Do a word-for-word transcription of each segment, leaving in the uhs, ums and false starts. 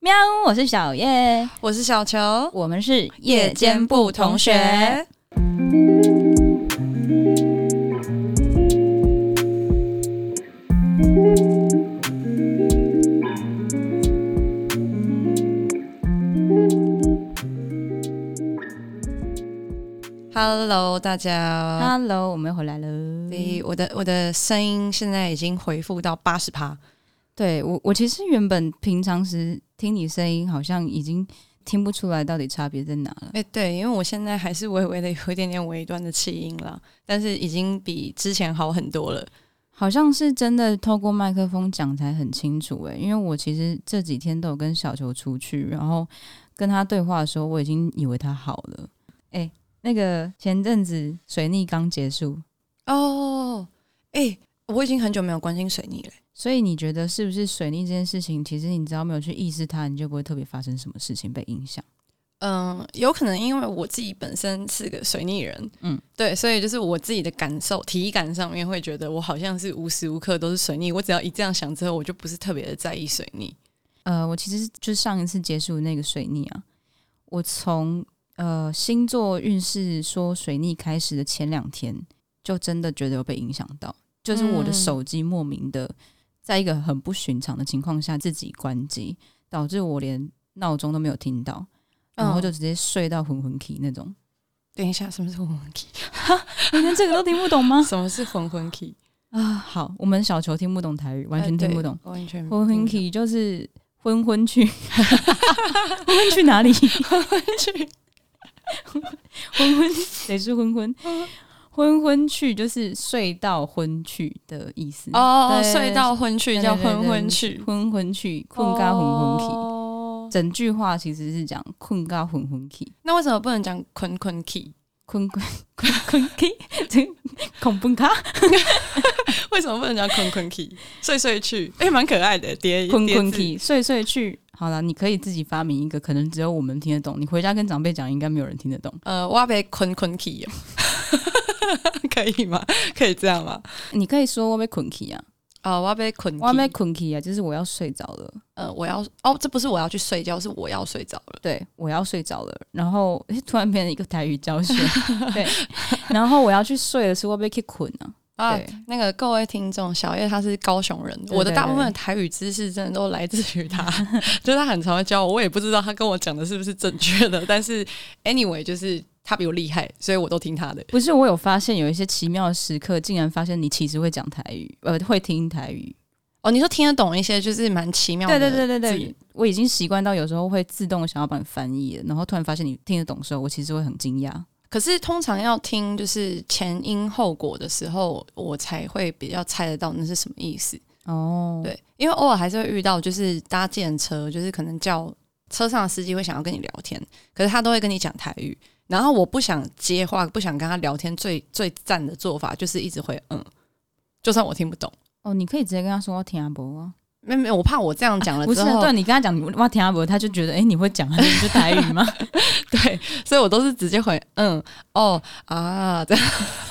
喵，我是小叶， 我是小球， 我们是夜间部同学。Hello， 大家 Hello， 我们又回来了。 对，我的我的声音现在已经恢复到八十趴。 对我，我其实原本平常时听你声音，好像已经听不出来到底差别在哪了。 哎、欸，对，因为我现在还是微微的有一点点微端的气音啦，但是已经比之前好很多了。 好像是真的透过麦克风讲才很清楚哎、欸，因为我其实这几天都有跟小球出去，然后跟他对话的时候，我已经以为他好了。哎、欸，那个前阵子水逆刚结束哦，哎、欸，我已经很久没有关心水逆了。 所以你觉得是不是水逆这件事情，其实你只要没有去意识它，你就不会特别发生什么事情被影响？ 嗯，有可能因为我自己本身是个水逆人，嗯，对，所以就是我自己的感受、体感上面会觉得我好像是无时无刻都是水逆。我只要一这样想之后，我就不是特别的在意水逆。 呃，我其实就是上一次结束那个水逆啊，我从呃星座运势说水逆开始的前两天，就真的觉得有被影响到，就是我的手机莫名的。在一个很不寻常的情况下自己关机，导致我连闹钟都没有听到，然后就直接睡到昏昏起那种。 等一下，什么是昏昏起？ 你连这个都听不懂吗？ 什么是昏昏起啊？好，我们小球听不懂台语，完全听不懂。 呃、完全昏昏起就是昏昏去，昏昏去哪里？ 昏昏去， 昏昏谁是昏昏？昏昏去就是睡到昏去的意思哦，睡到昏去叫昏昏去， 昏昏去，困嘎昏昏起。哦、整句话其实是讲困嘎昏昏起。 那为什么不能讲困困起？ 困困困困起，恐崩卡。 为什么不能讲困困起？睡睡去，哎、欸，蛮可爱的。叠困困起，睡睡去。好了，你可以自己发明一个，可能只有我们听得懂。你回家跟长辈讲，应该没有人听得懂。 呃，我要被困困起哦。可以吗？可以这样吗？ 你可以说我被困起啊， 哦，我要被困， 我要被困起啊，就是我要睡着了。 呃，我要哦，这不是我要去睡觉，是我要睡着了。 对，我要睡着了，然后突然变成一个台语教学。对，然后我要去睡的时候，我被去困啊。 啊，那个各位听众，小叶他是高雄人，对对对，我的大部分的台语知识真的都来自于他，就是他很常会教我，我也不知道他跟我讲的是不是正确的，但是 anyway 就是他比我厉害，所以我都听他的。 不是，我有发现有一些奇妙的时刻，竟然发现你其实会讲台语，呃，会听台语。 哦，你说听得懂一些就是蛮奇妙的， 对对对对对，我已经习惯到有时候会自动想要帮你翻译了，然后突然发现你听得懂的时候，我其实会很惊讶。 可是通常要听就是前因后果的时候，我才会比较猜得到那是什么意思。哦，对，因为偶尔还是会遇到，就是搭计程车，就是可能叫车上的司机会想要跟你聊天，可是他都会跟你讲台语，然后我不想接话，不想跟他聊天，最最赞的做法就是一直会嗯，就算我听不懂。 哦，你可以直接跟他说我听不懂啊。 没没，我怕我这样讲了之后， 啊、不是、啊，对你跟他讲我听不懂，他就觉得哎、欸，你会讲，你就台语吗？ 对，所以我都是直接回嗯哦啊这样。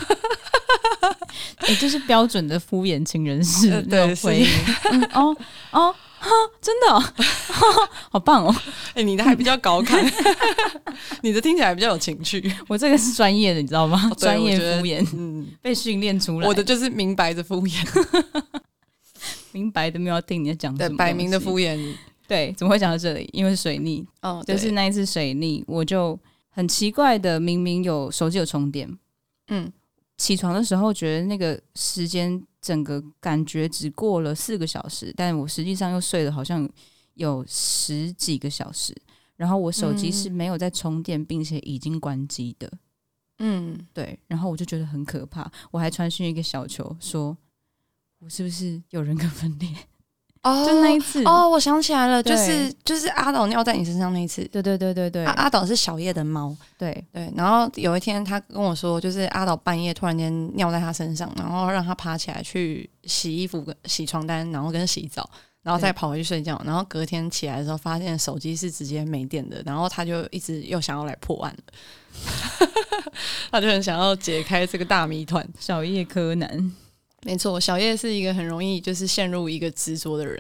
欸、就是标准的敷衍情人式那种回应。嗯、哦哦，真的、哦，好棒哦！ 哎、欸，你的还比较高亢，你的听起来比较有情趣。 我这个是专业的，你知道吗？专、哦、业敷衍， 嗯， 被训练出来。 我的就是明白的敷衍， 明白的没有要听你在讲什么， 对，摆明的敷衍。 对，怎么会讲到这里？因为水逆，哦，就是那一次水逆，我就很奇怪的，明明有手机有充电，嗯，起床的时候觉得那个时间整个感觉只过了四个小时，但我实际上又睡了好像有十几个小时，然后我手机是没有在充电，并且已经关机的，嗯，对，然后我就觉得很可怕，我还传讯一个小球说，我是不是有人格分裂？哦，就那一次哦，我想起来了，就是就是阿岛尿在你身上那一次， 对对对对对， 啊、阿岛是小叶的猫， 对对，然后有一天他跟我说，就是阿岛半夜突然间尿在他身上，然后让他爬起来去洗衣服、洗床单，然后跟洗澡，然后再跑回去睡觉，然后隔天起来的时候发现手机是直接没电的，然后他就一直又想要来破案了，他就很想要解开这个大谜团。 小叶柯南。 没错，小叶是一个很容易就是陷入一个执着的人。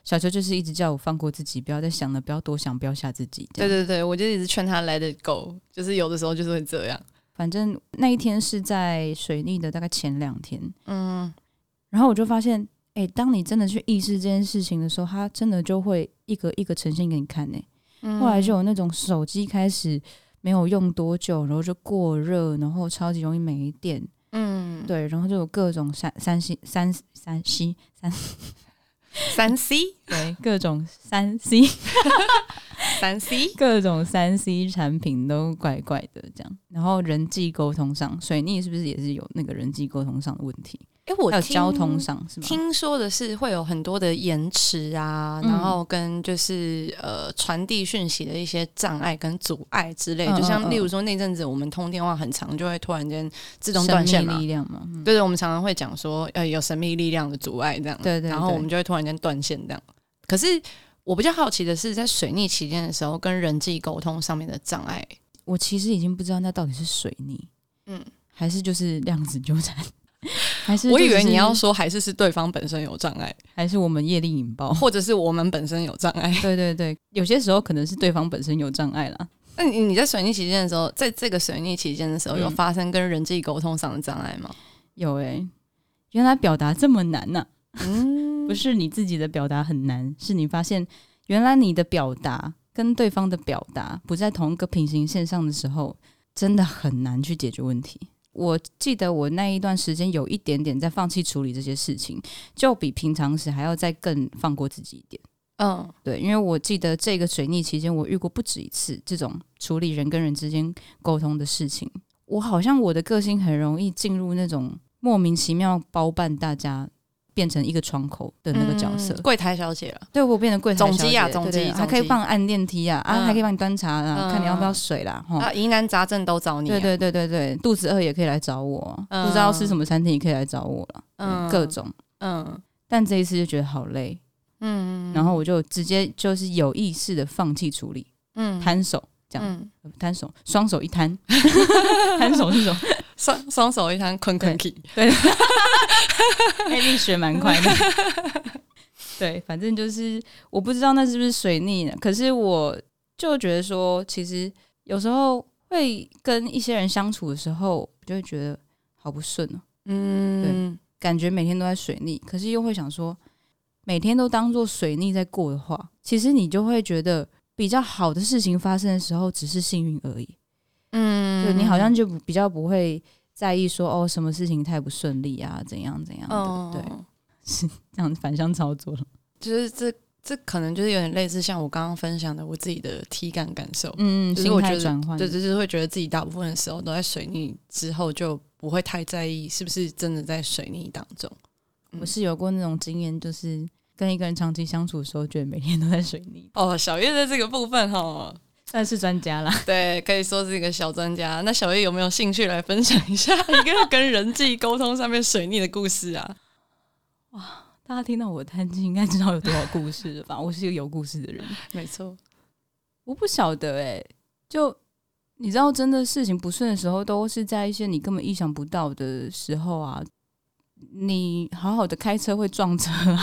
小球就是一直叫我放过自己，不要再想了，不要多想，不要吓自己。 对对对，我就一直劝他 let it go， 就是有的时候就是会这样。 反正那一天是在水逆的大概前两天，嗯，然后我就发现，哎、欸，当你真的去意识这件事情的时候，它真的就会一个一个呈现给你看呢、欸嗯。后来就有那种手机开始没有用多久，然后就过热，然后超级容易没电，嗯，对，然后就有各种三三 C 三三 C 三。 三 C 对，各种三 C 三 C 各种三 C 产品都怪怪的这样，然后人际沟通上，水逆是不是也是有那个人际沟通上的问题？ 哎、欸，我还有交通上是吗？ 听说的是会有很多的延迟啊、嗯，然后跟就是呃传递讯息的一些障碍跟阻碍之类，嗯嗯嗯，就像例如说那阵子我们通电话很长，就会突然间自动断线嘛， 神秘力量嘛，嗯、 对对，我们常常会讲说呃有神秘力量的阻碍这样， 对 对, 对， 然后我们就会突然间断线这样。可是我比较好奇的是，在水逆期间的时候，跟人际沟通上面的障碍， 我其实已经不知道那到底是水逆，嗯，还是就是量子纠缠。还是、就是、 我以为你要说还是是对方本身有障碍， 还是我们业力引爆， 或者是我们本身有障碍。 对对对，有些时候可能是对方本身有障碍啦。 那你你在水逆期间的时候，在这个水逆期间的时候、嗯、有发生跟人际沟通上的障碍吗？ 有诶、欸，原来表达这么难呐、啊！嗯，不是你自己的表达很难，是你发现原来你的表达跟对方的表达不在同一个平行线上的时候，真的很难去解决问题。我记得我那一段时间有一点点在放弃处理这些事情，就比平常时还要再更放过自己一点。嗯，对，因为我记得这个水逆期间，我遇过不止一次这种处理人跟人之间沟通的事情。我好像我的个性很容易进入那种莫名其妙包办大家，变成一个窗口的那个角色， 柜、嗯、台小姐了。 对，我变成柜台小姐， 总机啊，总机， 还可以帮你按电梯啊，嗯、啊，还可以帮你端茶啊、嗯，看你要不要水啦， 啊，疑难杂症都找你、啊。 对对对对对，肚子饿也可以来找我，嗯、不知道吃什么餐厅也可以来找我了，嗯，各种，嗯。但这一次就觉得好累，嗯，然后我就直接就是有意识的放弃处理，嗯，摊手这样，摊、嗯、手，双手一摊，摊手是什么？ 双双手一摊，困困起， 对，黑力学蛮快的，对，反正就是我不知道那是不是水逆呢，可是我就觉得说，其实有时候会跟一些人相处的时候，就会觉得好不顺哦，嗯，对，感觉每天都在水逆，可是又会想说，每天都当做水逆在过的话，其实你就会觉得比较好的事情发生的时候，只是幸运而已。嗯，就你好像就比较不会在意说哦，什么事情太不顺利啊，怎样怎样的，哦、对，是这样反向操作了。 就是这这可能就是有点类似像我刚刚分享的我自己的体感感受， 嗯， 就是心态转换， 对，就是会觉得自己大部分的时候都在水逆之后，就不会太在意是不是真的在水逆当中。 嗯、我是有过那种经验，就是跟一个人长期相处的时候，觉得每天都在水逆。 哦，小叶在这个部分哈。 算是专家啦， 对，可以说是一个小专家。那小叶有没有兴趣来分享一下一个跟人际沟通上面水逆的故事啊？ 哇，大家听到我叹气，应该知道有多少故事了吧？我是一个有故事的人， 没错。 我不晓得哎、欸，就你知道，真的事情不顺的时候，都是在一些你根本意想不到的时候啊。你好好的开车会撞车啊，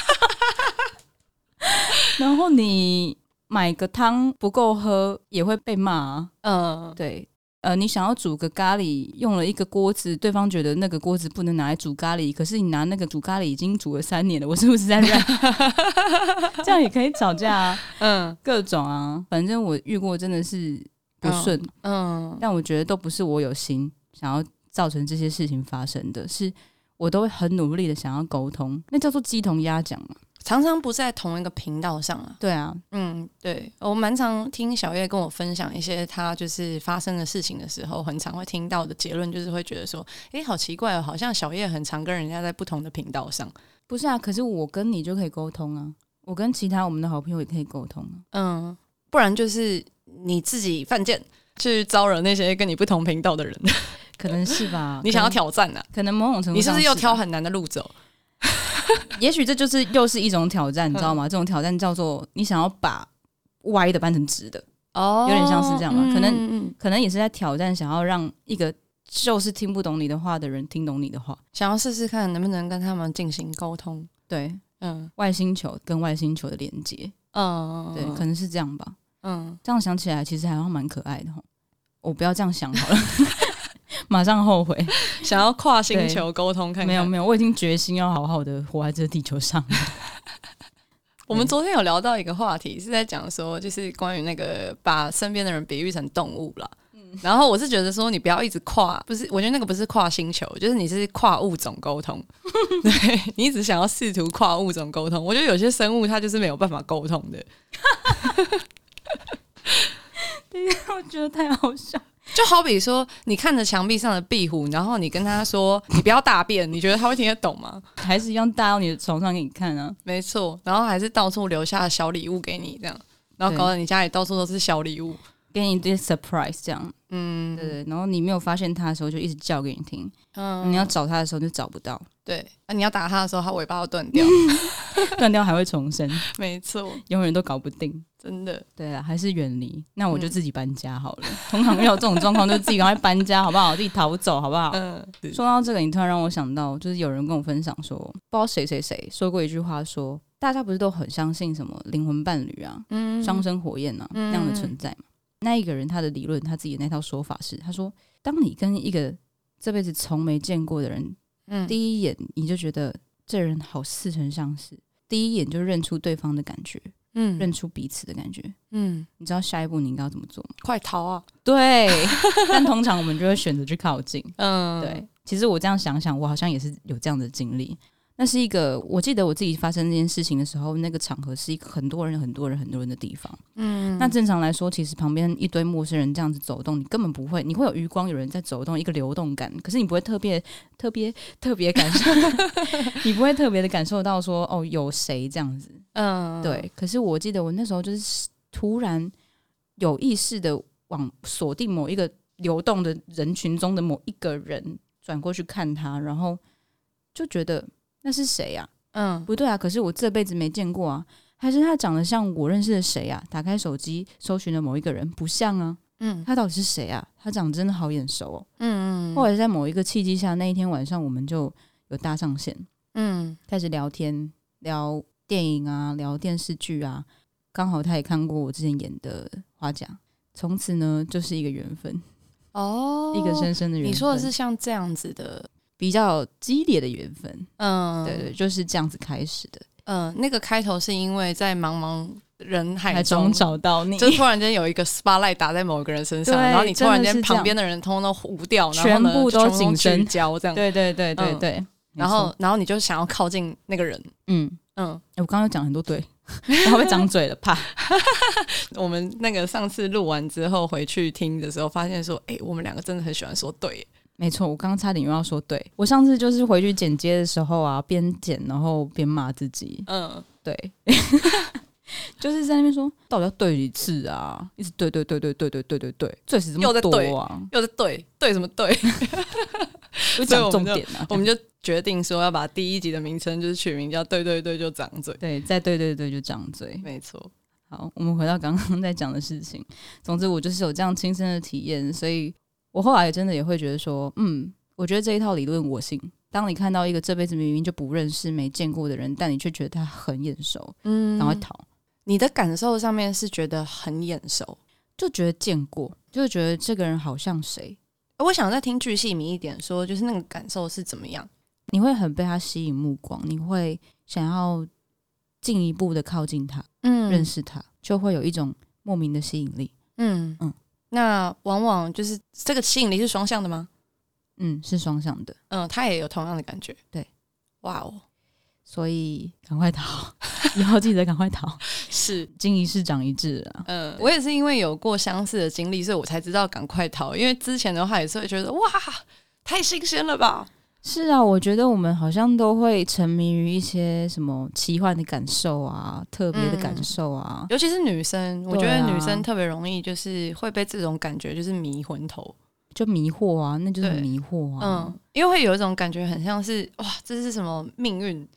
然后你。买个汤不够喝也会被骂啊，嗯，对，呃，你想要煮个咖喱，用了一个锅子，对方觉得那个锅子不能拿来煮咖喱，可是你拿那个煮咖喱已经煮了三年了，我是不是在乱？这样也可以吵架啊，嗯，各种啊，反正我遇过真的是不顺，嗯，但我觉得都不是我有心想要造成这些事情发生的，是我都会很努力的想要沟通，那叫做鸡同鸭讲嘛。 常常不在同一个频道上啊。 对啊， 嗯，对，我蛮常听小叶跟我分享一些他就是发生的事情的时候，很常会听到的结论，就是会觉得说，哎，好奇怪哦，好像小叶很常跟人家在不同的频道上。 不是啊，可是我跟你就可以沟通啊，我跟其他我们的好朋友也可以沟通啊。 嗯，不然就是你自己犯贱去招惹那些跟你不同频道的人， 可能是吧？ 你想要挑战啊？ 可能某种程度上是， 你是不是又挑很难的路走？ 也许这就是又是一种挑战，你知道吗？这种挑战叫做你想要把歪的搬成直的，哦，有点像是这样嘛。嗯、可能可能也是在挑战，想要让一个就是听不懂你的话的人听懂你的话， 想要试试看能不能跟他们进行沟通。 对， 嗯，外星球跟外星球的连接，嗯，对，可能是这样吧。嗯，这样想起来其实还蛮可爱的。我不要这样想好了，马上后悔， 想要跨星球沟通看看。 没有没有，我已经决心要好好的活在这个地球上。 我们昨天有聊到一个话题，是在讲说，就是关于那个把身边的人比喻成动物啦。嗯，然后我是觉得说，你不要一直跨，不是，我觉得那个不是跨星球，就是你是跨物种沟通。对，你一直想要试图跨物种沟通，我觉得有些生物它就是没有办法沟通的。 我觉得太好笑。 就好比说，你看着墙壁上的壁虎，然后你跟他说“你不要大便”，你觉得他会听得懂吗？ 还是一样大到你的床上给你看啊？ 没错，然后还是到处留下小礼物给你，这样，然后搞得你家里到处都是小礼物， 给你一些 surprise 这样。嗯，对对。然后你没有发现他的时候，就一直叫给你听。嗯，你要找他的时候就找不到。 对，啊，你要打他的时候，他尾巴要断掉， 断掉还会重生。 没错， 永远都搞不定。 真的， 对啊，还是远离。那我就自己搬家好了。嗯、通常遇到这种状况，就自己赶快搬家，好不好？自己逃走，好不好？嗯。说到这个，你突然让我想到，就是有人跟我分享说，不知道谁谁谁说过一句话说，说大家不是都很相信什么灵魂伴侣啊、嗯、双生火焰啊、嗯、那样的存在嘛？那一个人他的理论，他自己的那套说法是，他说，当你跟一个这辈子从没见过的人，嗯，第一眼你就觉得这人好似曾相识，第一眼就认出对方的感觉。嗯，认出彼此的感觉。嗯，你知道下一步你应该要怎么做吗？ 快逃啊！ 对，但通常我们就会选择去靠近。嗯，对。其实我这样想想，我好像也是有这样的经历。那是一个，我记得我自己发生这件事情的时候，那个场合是一个很多人、很多人、很多人的地方。嗯，那正常来说，其实旁边一堆陌生人这样子走动，你根本不会，你会有余光有人在走动，一个流动感，可是你不会特别、特别、特别感受，你不会特别的感受到说，哦，有谁这样子。嗯，对。可是我记得我那时候就是突然有意识的往锁定某一个流动的人群中的某一个人，转过去看他，然后就觉得。那是谁啊？嗯，不对啊，可是我这辈子没见过啊，还是他长得像我认识的谁啊？打开手机搜寻了某一个人，不像啊，嗯，他到底是谁啊？他长得真的好眼熟哦，嗯嗯。后来在某一个契机下，那一天晚上我们就有搭上线，嗯，开始聊天，聊电影啊，聊电视剧啊，刚好他也看过我之前演的花甲，从此呢就是一个缘分哦，一个深深的缘分。 你说的是像这样子的。 比较激烈的缘分，嗯，对对，就是这样子开始的。 嗯，那个开头是因为在茫茫人海中找到你， 就突然间有一个 spotlight 打在某个人身上，然后你突然间旁边的人通通都糊掉，然后呢全部都紧身交这样。 对对对对对。嗯、 然后然后你就想要靠近那个人，嗯嗯。我刚刚讲很多对，然后被张嘴了，怕。 我们那个上次录完之后回去听的时候，发现说，哎、欸，我们两个真的很喜欢说对。 没错，我刚刚差点又要说对。我上次就是回去剪接的时候啊，边剪然后边骂自己。嗯，对，就是在那边说到底要对几次啊？一直对对对对对对对对对，最是这么多啊， 又在对对什么对？ 就讲重点啊， 我们就决定说要把第一集的名称就是取名叫对对对就长嘴。 对，再对对对就长嘴， 没错。 好，我们回到刚刚在讲的事情。总之，我就是有这样亲身的体验，所以。我后来真的也会觉得说，嗯，我觉得这一套理论我信。当你看到一个这辈子明明就不认识、没见过的人，但你却觉得他很眼熟，嗯，赶快逃。 你的感受上面是觉得很眼熟， 就觉得见过，就觉得这个人好像谁。 我想再听巨细靡一点说，就是那个感受是怎么样？ 你会很被他吸引目光，你会想要进一步的靠近他，嗯，认识他，就会有一种莫名的吸引力， 嗯嗯。那往往就是这个吸引力是双向的吗？ 嗯，是双向的。 嗯，他也有同样的感觉。 对， 哇哦！ 所以赶快逃，以后记得赶快逃。 是， 经一事长一智啊。 嗯，我也是因为有过相似的经历，所以我才知道赶快逃。因为之前的话也是会觉得哇，太新鲜了吧。 是啊，我觉得我们好像都会沉迷于一些什么奇幻的感受啊，特别的感受啊、嗯、 尤其是女生、啊、我觉得女生特别容易就是会被这种感觉就是迷昏头， 就迷惑啊，那就是迷惑啊。 嗯，因为会有一种感觉很像是哇，这是什么命运，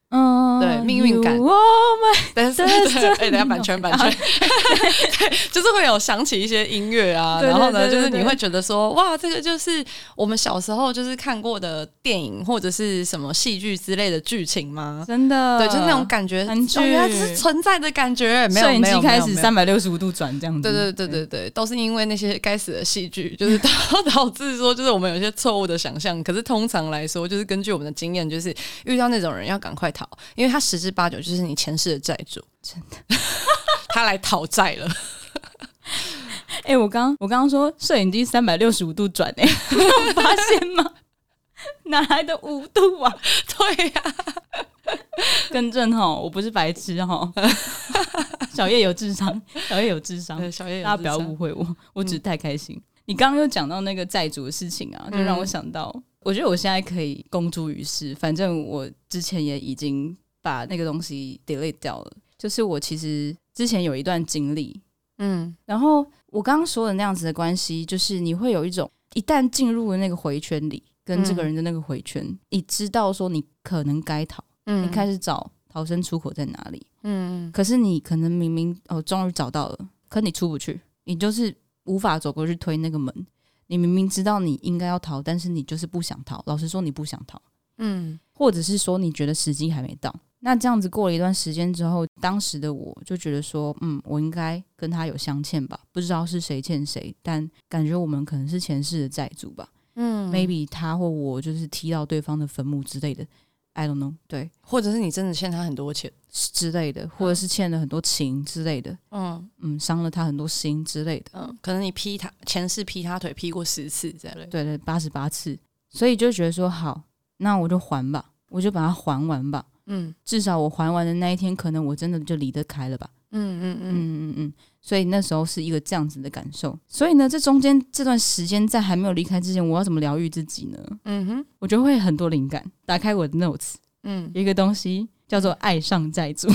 嗯，对，命运感。但是对，哎，等下版权版权，对，就是会有想起一些音乐啊，然后呢，就是你会觉得说，哇，这个就是我们小时候就是看过的电影或者是什么戏剧之类的剧情吗？ 真的， 对，就是那种感觉，原来这是存在的感觉。没有， 摄影机开始三百六十五度转这样子。 对对对对对，都是因为那些该死的戏剧，就是导导致说，就是我们有一些错误的想象。可是通常来说，就是根据我们的经验，就是遇到那种人要赶快逃，因为他十之八九就是你前世的债主， 真的， 他来讨债了。 哎、欸，我刚我刚刚说摄影机三百六十五度转，哎，有发现吗？哪来的五度啊？ 对呀、啊， 更正哈，我不是白痴哈。小叶有智商，小叶有智商， 小叶有智商， 大家不要误会我，我只是太开心。嗯、你刚刚又讲到那个债主的事情啊，就让我想到，嗯、我觉得我现在可以公诸于世，反正我之前也已经把那个东西 delete 掉了。就是我其实之前有一段经历，嗯，然后我刚刚说的那样子的关系，就是你会有一种一旦进入了那个回圈里，跟这个人的那个回圈，嗯、你知道说你可能该逃，嗯，你开始找逃生出口在哪里，嗯，可是你可能明明哦，终于找到了，可你出不去，你就是无法走过去推那个门。你明明知道你应该要逃，但是你就是不想逃。老实说，你不想逃，嗯，或者是说你觉得时机还没到。那这样子过了一段时间之后，当时的我就觉得说，嗯，我应该跟他有相欠吧，不知道是谁欠谁，但感觉我们可能是前世的债主吧，嗯 ，maybe 他或我就是踢到对方的坟墓之类的 ，I don't know， 对， 或者是你真的欠他很多钱之类的，或者是欠了很多情之类的，嗯嗯，伤了他很多心之类的， 嗯，可能你劈他前世劈他腿劈过十次之类的， 对对，八十八次，所以就觉得说好，那我就还吧，我就把它还完吧。嗯，至少我还完的那一天，可能我真的就离得开了吧。嗯嗯嗯嗯嗯嗯，所以那时候是一个这样子的感受。所以呢，这中间这段时间在还没有离开之前，我要怎么疗愈自己呢？嗯哼，我就会很多灵感。打开我的 notes， 嗯，有一个东西叫做爱上债主，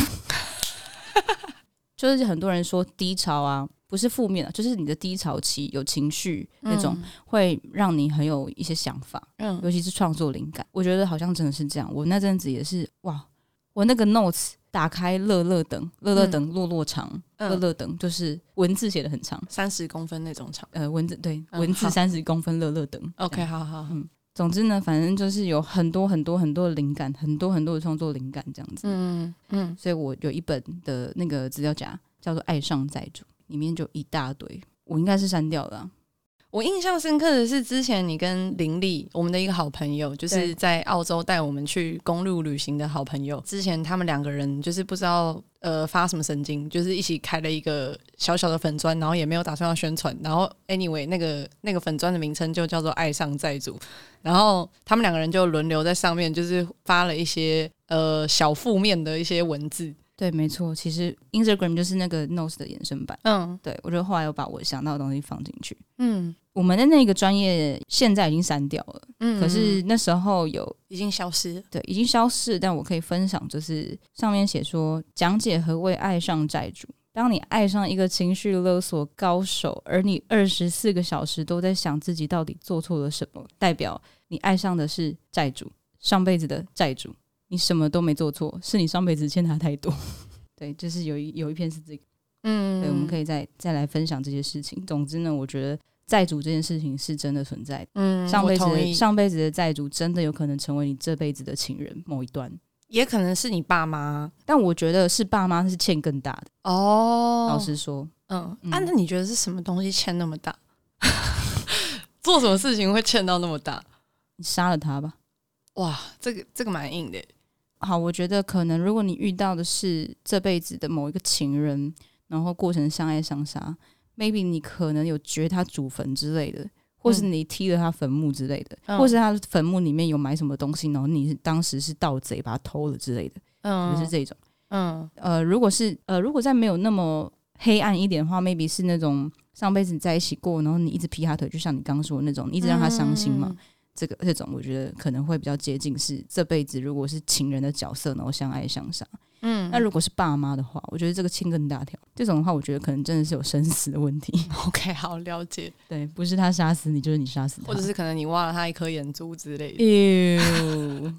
就是很多人说低潮啊，不是负面的，就是你的低潮期有情绪那种，会让你很有一些想法，嗯，尤其是创作灵感。我觉得好像真的是这样。我那阵子也是，哇，我那个 notes 打开乐乐等，乐乐等落落长，乐乐等就是文字写的很长， 三十公分那种长， 呃，文字对，嗯、文字三十公分，乐乐等。 OK， 好好，嗯， 总之呢，反正就是有很多很多很多的灵感，很多很多的创作灵感这样子。嗯嗯，所以我有一本的那个资料夹叫做《爱上债主》。里面就一大堆，我应该是删掉了、啊。 我印象深刻的是之前你跟林丽，我们的一个好朋友，就是在澳洲带我们去公路旅行的好朋友。之前他们两个人就是不知道呃发什么神经，就是一起开了一个小小的粉专，然后也没有打算要宣传。然后 anyway 那个那个粉专的名称就叫做爱上债主。然后他们两个人就轮流在上面就是发了一些呃小负面的一些文字。 对，没错，其实 Instagram 就是那个 Notes 的衍生版。嗯，对，我就后来有把我想到的东西放进去。嗯，我们的那个专业现在已经删掉了，嗯，可是那时候有已经消失了， 对，已经消失，但我可以分享，就是上面写说讲解何谓爱上债主。当你爱上一个情绪勒索高手，而你二十四个小时都在想自己到底做错了什么，代表你爱上的是债主，上辈子的债主。你什么都没做错，是你上辈子欠他太多。对，就是有一有一篇是这个，嗯，对，我们可以再再来分享这些事情。总之呢，我觉得债主这件事情是真的存在的。嗯，上辈子的上辈子的债主真的有可能成为你这辈子的情人某一段， 也可能是你爸妈。 但我觉得是爸妈是欠更大的哦。老实说，嗯， 嗯啊，那你觉得是什么东西欠那么大？做什么事情会欠到那么大？ 你杀了他吧。 哇，这个这个蛮硬的。 好，我觉得可能如果你遇到的是这辈子的某一个情人，然后过程相爱相杀 ，maybe 你可能有掘他祖坟之类的，或是你踢了他坟墓之类的，嗯、或是他坟墓里面有埋什么东西，然后你当时是盗贼把他偷了之类的，嗯，就是这种。嗯，呃，如果是呃，如果再没有那么黑暗一点的话 ，maybe 是那种上辈子在一起过，然后你一直劈他腿，就像你刚刚说的那种，你一直让他伤心嘛。嗯这个这种我觉得可能会比较接近是这辈子如果是情人的角色然后相爱相杀，嗯，那如果是爸妈的话，我觉得这个欠更大条。这种的话，我觉得可能真的是有生死的问题。 OK， 好，了解。 对，不是他杀死你，就是你杀死他， 或者是可能你挖了他一颗眼珠之类的。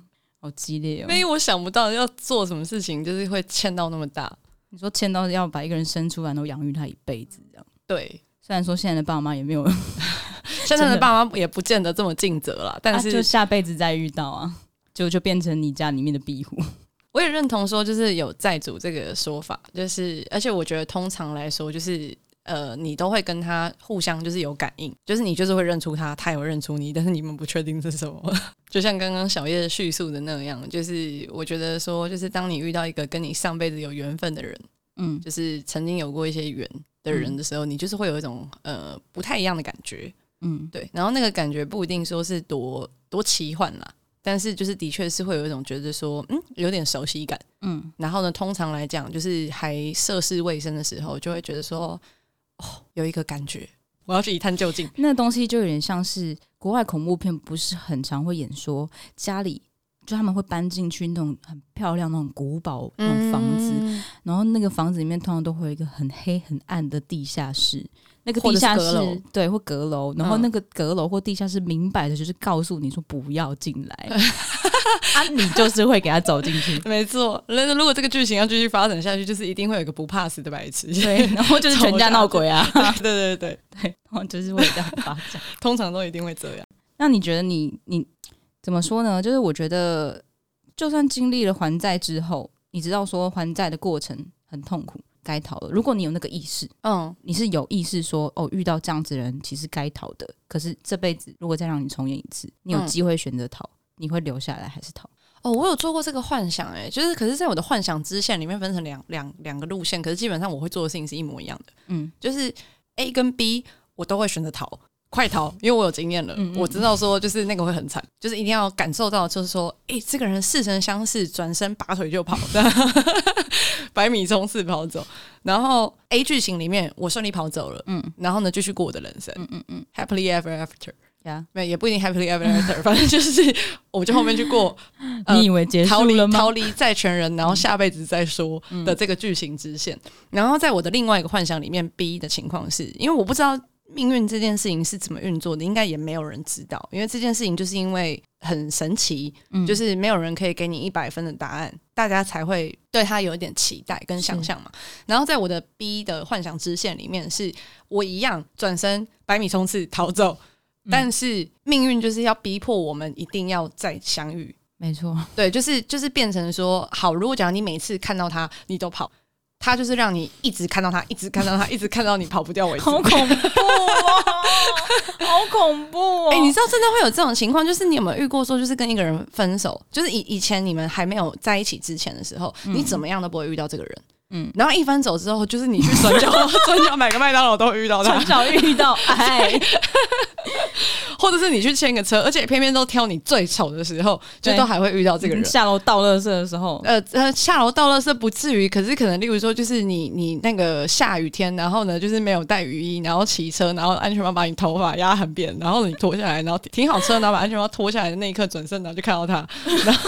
好激烈哦！ 因为我想不到要做什么事情，就是会欠到那么大。 你说欠到要把一个人生出来，然后养育他一辈子这样？ 对， 虽然说现在的爸妈也没有， 现在的爸妈也不见得这么尽责啦，但是、 啊、就下辈子再遇到啊，就就变成你家里面的壁虎。 我也认同说，就是有债主这个说法，就是而且我觉得通常来说，就是呃，你都会跟他互相就是有感应，就是你就是会认出他，他有认出你，但是你们不确定是什么。就像刚刚小叶叙述的那样，就是我觉得说，就是当你遇到一个跟你上辈子有缘分的人，嗯，就是曾经有过一些缘的人的时候，嗯、你就是会有一种呃不太一样的感觉，嗯，对。然后那个感觉不一定说是多多奇幻啦，但是就是的确是会有一种觉得说，嗯，有点熟悉感，嗯。然后呢，通常来讲，就是还涉世未深的时候，就会觉得说，哦，有一个感觉，我要去一探究竟。 那东西就有点像是国外恐怖片，不是很常会演说家里就他们会搬进去那种很漂亮那种古堡那种房子、嗯、然后那个房子里面通常都会有一个很黑很暗的地下室，那个地下室对或阁楼，然后那个阁楼或地下室明摆的就是告诉你说不要进来啊，你就是会给他走进去。 没错，如果这个剧情要继续发展下去，就是一定会有一个不怕死的白痴， 对，然后就是全家闹鬼啊对对对对对，然后就是会这样发展通常都一定会这样。 那你觉得你你怎么说呢？就是我觉得就算经历了还债之后，你知道说还债的过程很痛苦，该逃了。如果你有那个意识，嗯，你是有意识说哦，遇到这样子的人其实该逃的，可是这辈子如果再让你重演一次，你有机会选择逃、嗯、你会留下来还是逃？ 哦，我有做过这个幻想，哎，就是可是在我的幻想支线里面分成两两两个路线，可是基本上我会做的事情是一模一样的，嗯，就是 A 跟 B 我都会选择逃，快逃，因为我有经验了，嗯嗯，我知道说就是那个会很惨，就是一定要感受到就是说，哎、欸，这个人似曾相识，转身拔腿就跑，百米冲刺跑走。然后 A 剧情里面我顺利跑走了，嗯，然后呢继续过我的人生，嗯嗯嗯 ，happily ever after。Yeah. 没也不一定 happily ever after 反正就是我就后面去过、 呃、你以为结束了吗？ 逃离债权人然后下辈子再说的这个剧情支线、嗯、然后在我的另外一个幻想里面 B 的情况是因为我不知道命运这件事情是怎么运作的，应该也没有人知道，因为这件事情就是因为很神奇、嗯、就是没有人可以给你一百分的答案，大家才会对他有一点期待跟想象嘛。然后在我的 B 的幻想支线里面是我一样转身百米冲刺逃走，但是命运就是要逼迫我们一定要再相遇， 没错，对， 就是就是变成说，好，如果假如你每次看到他你都跑，他就是让你一直看到他，一直看到他，一直看到你跑不掉为止。 好恐怖哦，好恐怖哦！ 哎、欸，你知道真的会有这种情况？就是你有没有遇过说，就是跟一个人分手，就是以以前你们还没有在一起之前的时候，嗯、你怎么样都不会遇到这个人。嗯，然后一分手之后，就是你去转角转角买个麦当劳都会遇到他， 转角遇到爱， 或者是你去牵个车，而且偏偏都挑你最丑的时候，就都还会遇到这个人。 下楼倒垃圾的时候， 呃呃，下楼倒垃圾不至于，可是可能例如说，就是你你那个下雨天，然后呢，就是没有带雨衣，然后骑车，然后安全帽把你头发压很扁，然后你脱下来，然后停好车，然后把安全帽脱下来的那一刻转身，然后就看到他。然后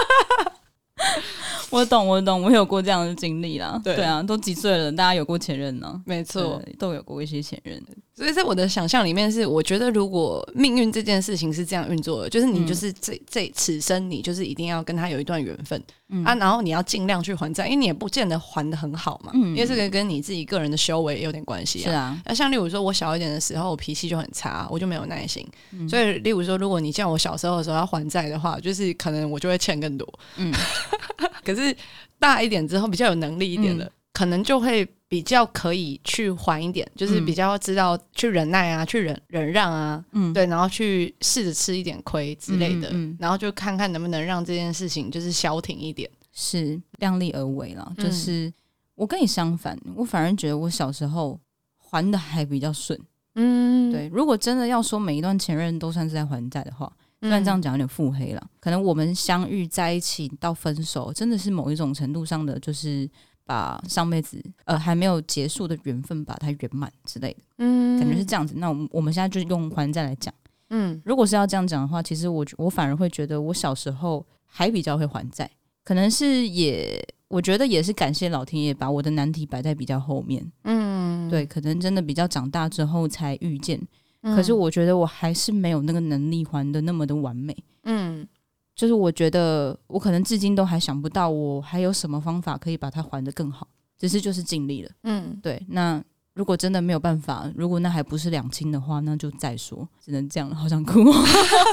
我懂我懂，我有过这样的经历啦。 对, 对啊，都几岁了，大家有过前任呢？ 没错， 都有过一些前任。 所以在我的想象里面是，我觉得如果命运这件事情是这样运作的，就是你就是这、嗯、这此生你就是一定要跟他有一段缘分、嗯、啊，然后你要尽量去还债，因为你也不见得还得很好嘛、嗯、因为这个跟你自己个人的修为有点关系啊。 是啊， 啊，像例如说我小一点的时候我脾气就很差，我就没有耐心、嗯、所以例如说如果你叫我小时候的时候要还债的话，就是可能我就会欠更多。嗯，可是大一点之后比较有能力一点的、嗯、可能就会比较可以去还一点，就是比较知道去忍耐啊，去忍忍让啊，嗯，对，然后去试着吃一点亏之类的、嗯嗯、然后就看看能不能让这件事情就是消停一点， 是量力而为啦、嗯、就是我跟你相反，我反而觉得我小时候还的还比较顺。嗯，对，如果真的要说每一段前任都算是在还债的话，虽然这样讲有点腹黑啦、嗯、可能我们相遇在一起到分手真的是某一种程度上的就是把上辈子呃还没有结束的缘分把它圆满之类的，嗯，感觉是这样子。那我们我们现在就用还债来讲，嗯，如果是要这样讲的话，其实我我反而会觉得我小时候还比较会还债，可能是也我觉得也是感谢老天爷把我的难题摆在比较后面，嗯，对，可能真的比较长大之后才遇见，嗯、可是我觉得我还是没有那个能力还的那么的完美，嗯。 就是我觉得我可能至今都还想不到我还有什么方法可以把它还得更好，只是就是尽力了。嗯，对。那如果真的没有办法，如果那还不是两清的话，那就再说，只能这样了。好想哭哦。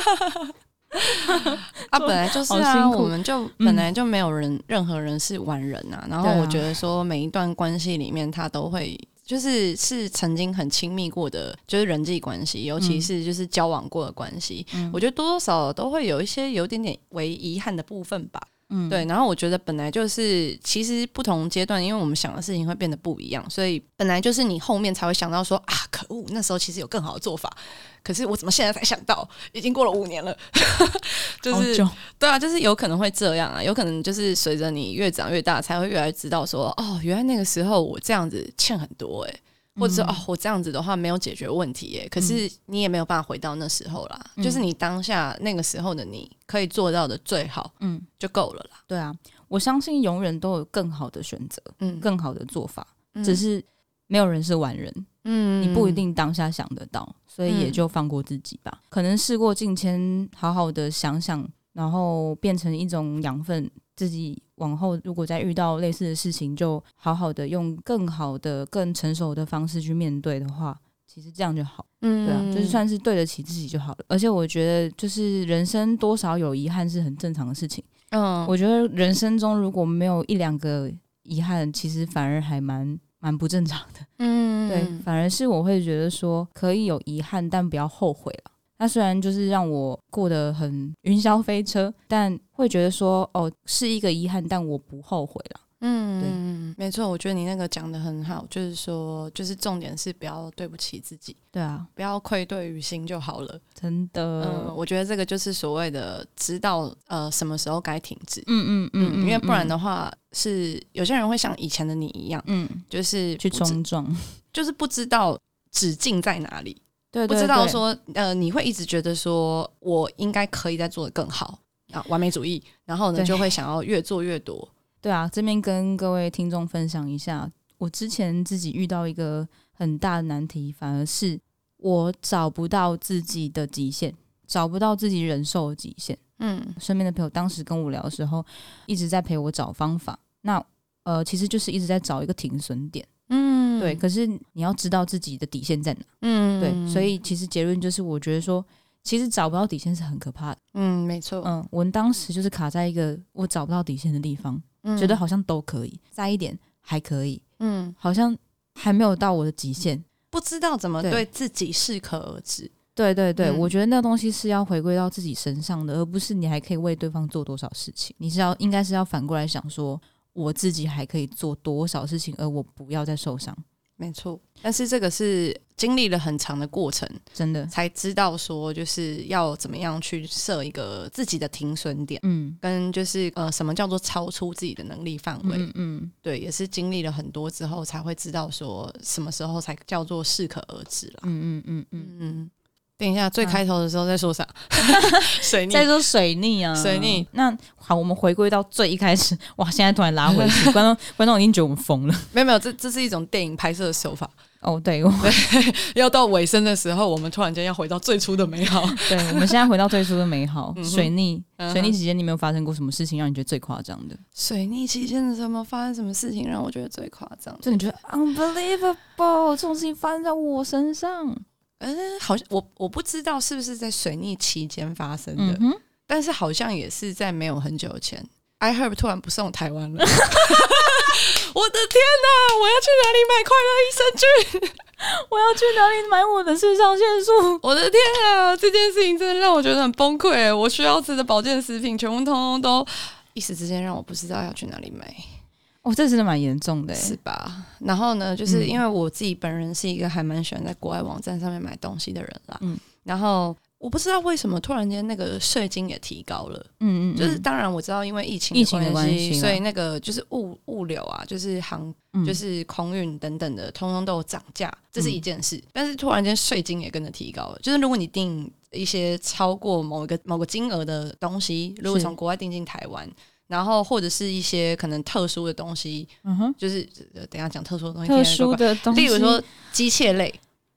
啊，本来就是啊，我们就本来就没有人、嗯、任何人是完人啊。然后我觉得说每一段关系里面，他都会。就是是曾经很亲密过的，就是人际关系，尤其是就是交往过的关系、嗯、我觉得多多少少都会有一些有点点为遗憾的部分吧。嗯，对。然后我觉得本来就是其实不同阶段因为我们想的事情会变得不一样，所以本来就是你后面才会想到说啊可恶那时候其实有更好的做法，可是我怎么现在才想到，已经过了五年了。就是对啊，就是有可能会这样啊，有可能就是随着你越长越大才会越来越知道说哦原来那个时候我这样子欠很多欸，或者是、嗯、哦我这样子的话没有解决问题耶，可是你也没有办法回到那时候啦、嗯、就是你当下那个时候的你可以做到的最好嗯就够了啦。 对啊，我相信永远都有更好的选择嗯更好的做法、嗯、只是没有人是完人嗯你不一定当下想得到，所以也就放过自己吧、嗯、可能事过境迁好好的想想，然后变成一种养分，自己往后如果再遇到类似的事情就好好的用更好的更成熟的方式去面对的话，其实这样就好。嗯，对啊，就是算是对得起自己就好了。而且我觉得就是人生多少有遗憾是很正常的事情。嗯，我觉得人生中如果没有一两个遗憾，其实反而还蛮蛮不正常的。嗯，对，反而是我会觉得说可以有遗憾但不要后悔了。那虽然就是让我过得很云霄飞车，但会觉得说哦是一个遗憾但我不后悔了。嗯， 对，没错，我觉得你那个讲得很好，就是说就是重点是不要对不起自己。 对啊， 不要愧对于心就好了。 真的、 嗯、我觉得这个就是所谓的知道呃什么时候该停止。嗯嗯嗯, 嗯因为不然的话是有些人会像以前的你一样嗯，就是去冲撞， 就是不知道止境在哪里。 对对对， 不知道说呃，你会一直觉得说我应该可以再做得更好啊，完美主义，然后呢就会想要越做越多。 对啊，这边跟各位听众分享一下，我之前自己遇到一个很大的难题，反而是我找不到自己的极限，找不到自己忍受的极限。嗯，身边的朋友当时跟我聊的时候一直在陪我找方法，那呃其实就是一直在找一个停损点。嗯，对，可是你要知道自己的底线在哪。嗯，对，所以其实结论就是我觉得说其实找不到底线是很可怕的。 嗯，没错。 嗯，我当时就是卡在一个我找不到底线的地方、嗯、觉得好像都可以，再一点还可以，嗯，好像还没有到我的极限， 不知道怎么对自己适可而止。 对对对、嗯、我觉得那个东西是要回归到自己身上的，而不是你还可以为对方做多少事情，你是要应该是要反过来想说我自己还可以做多少事情，而我不要再受伤。 没错，但是这个是经历了很长的过程， 真的才知道说就是要怎么样去设一个自己的停损点，嗯，跟就是呃什么叫做超出自己的能力范围，嗯嗯，对，也是经历了很多之后才会知道说什么时候才叫做适可而止啦。嗯嗯嗯嗯嗯。等一下，最开头的时候在说啥？水逆， 在说水逆啊， 水逆。 那好，我们回归到最一开始。哇，现在突然拉回去，观众观众已经觉得我们疯了。 没有没有，这这是一种电影拍摄的手法。 哦，对，我对，要到尾声的时候，我们突然间要回到最初的美好。 对，我们现在回到最初的美好。嗯、水逆，水逆期间，你有没有发生过什么事情让你觉得最夸张的？ 水逆期间的什么发生什么事情让我觉得最夸张？ 就你觉得 unbelievable， 这种事情发生在我身上。 嗯，好像我我不知道是不是在水逆期间发生的、嗯，但是好像也是在没有很久前 ，iHerb 突然不送台湾了。我的天哪！我要去哪里买快乐益生菌？ 我要去哪里买我的肾上腺素？ 我的天啊！这件事情真的让我觉得很崩溃。我需要吃的保健食品全部通通都一时之间让我不知道要去哪里买。 哦，这真的蛮严重的， 是吧？然后呢，就是因为我自己本人是一个还蛮喜欢在国外网站上面买东西的人啦。嗯，然后我不知道为什么突然间那个税金也提高了。嗯 嗯, 嗯，就是当然我知道，因为疫情疫情的关系， 所以那个就是物物流啊，就是航、嗯，就是空运等等的，通通都有涨价，这是一件事。嗯、但是突然间税金也跟着提高了，就是如果你订一些超过某一个某个金额的东西，如果从国外订进台湾。然后或者是一些可能特殊的东西，嗯哼，就是等一下讲特殊的东西， 特殊的东西， 例如说机械类，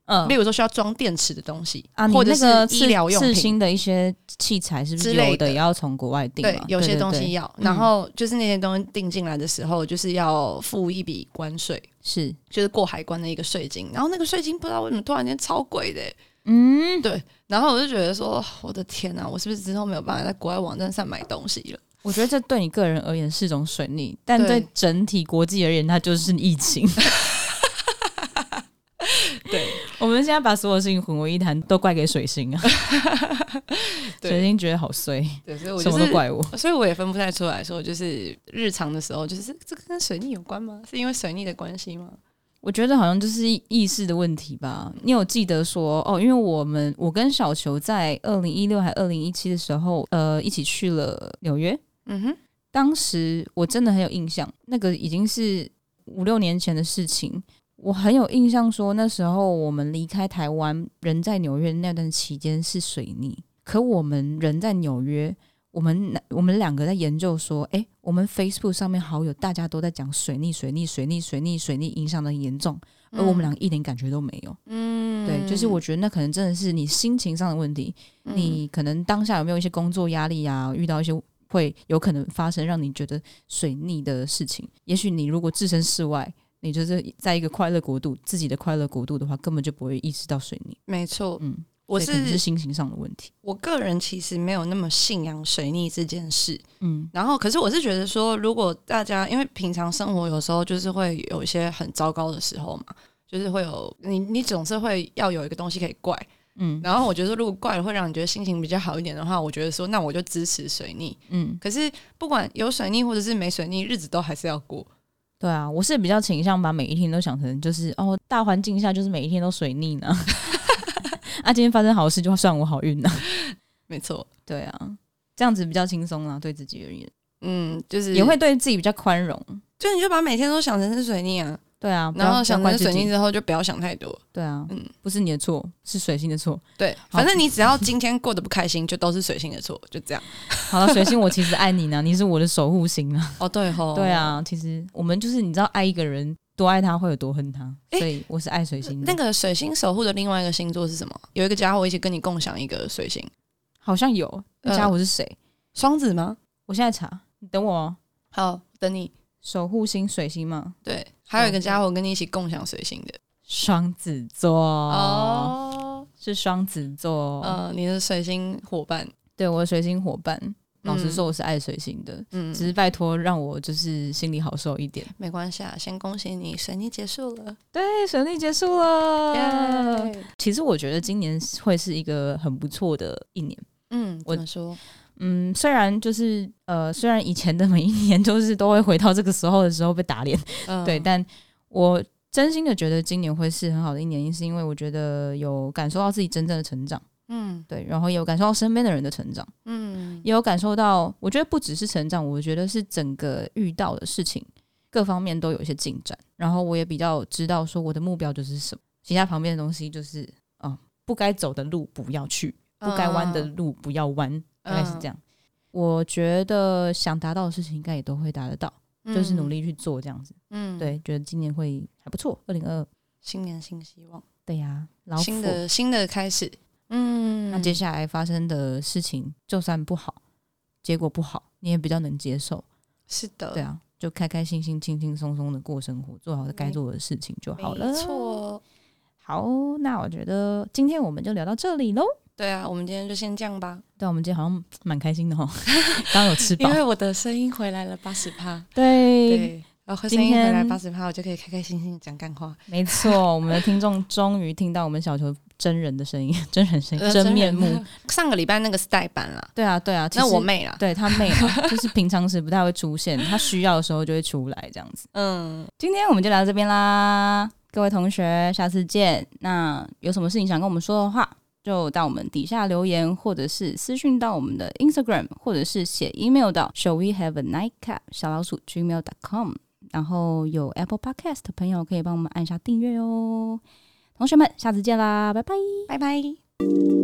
嗯，例如说需要装电池的东西啊， 或者是医疗用品、 刺青的一些器材是不是有的也要从国外订？ 对，有些东西要，对对对，然后就是那些东西订进来的时候，就是要付一笔关税， 是就是过海关的一个税金，然后那个税金不知道为什么突然间超贵的，嗯，对，然后我就觉得说，我的天哪，我是不是之后没有办法在国外网站上买东西了？ 我觉得这对你个人而言是一种水逆，但对整体国际而言，它就是疫情。 对， 我们现在把所有事情混为一谈，都怪给水星啊。水星觉得好衰， 对，所以我、 就是、什么都怪我， 所以我也分不太出来说，就是日常的时候，就是这个跟水逆有关吗？是因为水逆的关系吗？ 我觉得好像就是意识的问题吧。你有记得说哦，因为我们我跟小球在二零一六还二零一七的时候，呃，一起去了纽约。嗯哼，当时我真的很有印象，那个已经是五六年前的事情。我很有印象说那时候我们离开台湾，人在纽约那段期间是水逆，可我们人在纽约，我们我们两个在研究说，哎，我们 Facebook 上面好友大家都在讲水逆水逆水逆水逆水逆影响的很严重，而我们两个一点感觉都没有。嗯，对，就是我觉得那可能真的是你心情上的问题，嗯、你可能当下有没有一些工作压力啊，遇到一些会有可能发生让你觉得水逆的事情，也许你如果置身事外，你就是在一个快乐国度，自己的快乐国度的话，根本就不会意识到水逆。 没错，嗯， 我是是心情上的问题。 我个人其实没有那么信仰水逆这件事，嗯，然后可是我是觉得说，如果大家因为平常生活有时候就是会有一些很糟糕的时候嘛，就是会有你你总是会要有一个东西可以怪，嗯，然后我觉得如果怪了会让你觉得心情比较好一点的话，我觉得说那我就支持水逆，嗯，可是不管有水逆或者是没水逆，日子都还是要过。 对啊，我是比较倾向把每一天都想成就是哦，大环境下就是每一天都水逆呢。啊，今天发生好事就算我好运呢。 没错， 对啊，这样子比较轻松啦，对自己而言， 嗯，就是也会对自己比较宽容。 就你就把每天都想成是水逆啊， 对啊， 然后想成水逆之后就不要想太多。 对啊，嗯，不是你的错，是水星的错。 对，反正你只要今天过得不开心，就都是水星的错，就这样。 好了，水星，我其实爱你呢，你是我的守护星啊。 哦，对吼， 对啊，其实我们就是你知道，爱一个人多爱他会有多恨他，所以我是爱水星的。 那个水星守护的另外一个星座是什么？有一个家伙一起跟你共享一个水星， 好像有。那家伙是谁？ 双、呃、子吗？ 我现在查，你等我哦。 好，等你。 守护星水星吗？ 对，还有一个家伙跟你一起共享水星的， 双子座哦，是双子座。 呃，你的水星伙伴， 对，我的水星伙伴。老实说，我是爱水星的，嗯，只是拜托让我就是心里好受一点。 没关系啊，先恭喜你，水逆结束了。 对，水逆结束了。Yeah. 其实我觉得今年会是一个很不错的一年。 嗯，怎么说？ 嗯，虽然就是呃，虽然以前的每一年都是都会回到这个时候的时候被打脸，嗯、对，但我真心的觉得今年会是很好的一年，是因为我觉得有感受到自己真正的成长，嗯，对，然后也有感受到身边的人的成长，嗯，也有感受到，我觉得不只是成长，我觉得是整个遇到的事情各方面都有一些进展，然后我也比较知道说我的目标就是什么，其他旁边的东西就是啊、呃，不该走的路不要去，不该弯的路不要弯。嗯大概是这样，我觉得想达到的事情应该也都会达得到，嗯、就是努力去做这样子。嗯，对，觉得今年会还不错。二零二二新年新希望， 对呀、啊， 新的新的开始。嗯， 那接下来发生的事情，就算不好，结果不好，你也比较能接受。 是的， 对啊，就开开心心、轻轻松松的过生活，做好该做的事情就好了。 没错。 好，那我觉得今天我们就聊到这里喽。 对啊，我们今天就先这样吧。 对，我们今天好像蛮开心的哦，刚刚有吃饱， 因为我的声音回来了八十趴。 对对，然后声音回来八十趴，我就可以开开心心的讲干话。 没错，我们的听众终于听到我们小球真人的声音，真人声音、呃、真面目。 上个礼拜那个是代班啦。 对啊，对啊， 那我妹啦， 对她妹啦，就是平常时不太会出现，她需要的时候就会出来这样子。嗯，今天我们就聊到这边啦，各位同学，下次见。那有什么事情想跟我们说的话，就到我们底下留言，或者是私讯到我们的 Instagram， 或者是写 email 到 shall we have a nightcap 小老鼠 gmail dot com。 然后有 Apple Podcast 的朋友可以帮我们按下订阅哦。同学们，下次见啦，拜拜， 拜拜。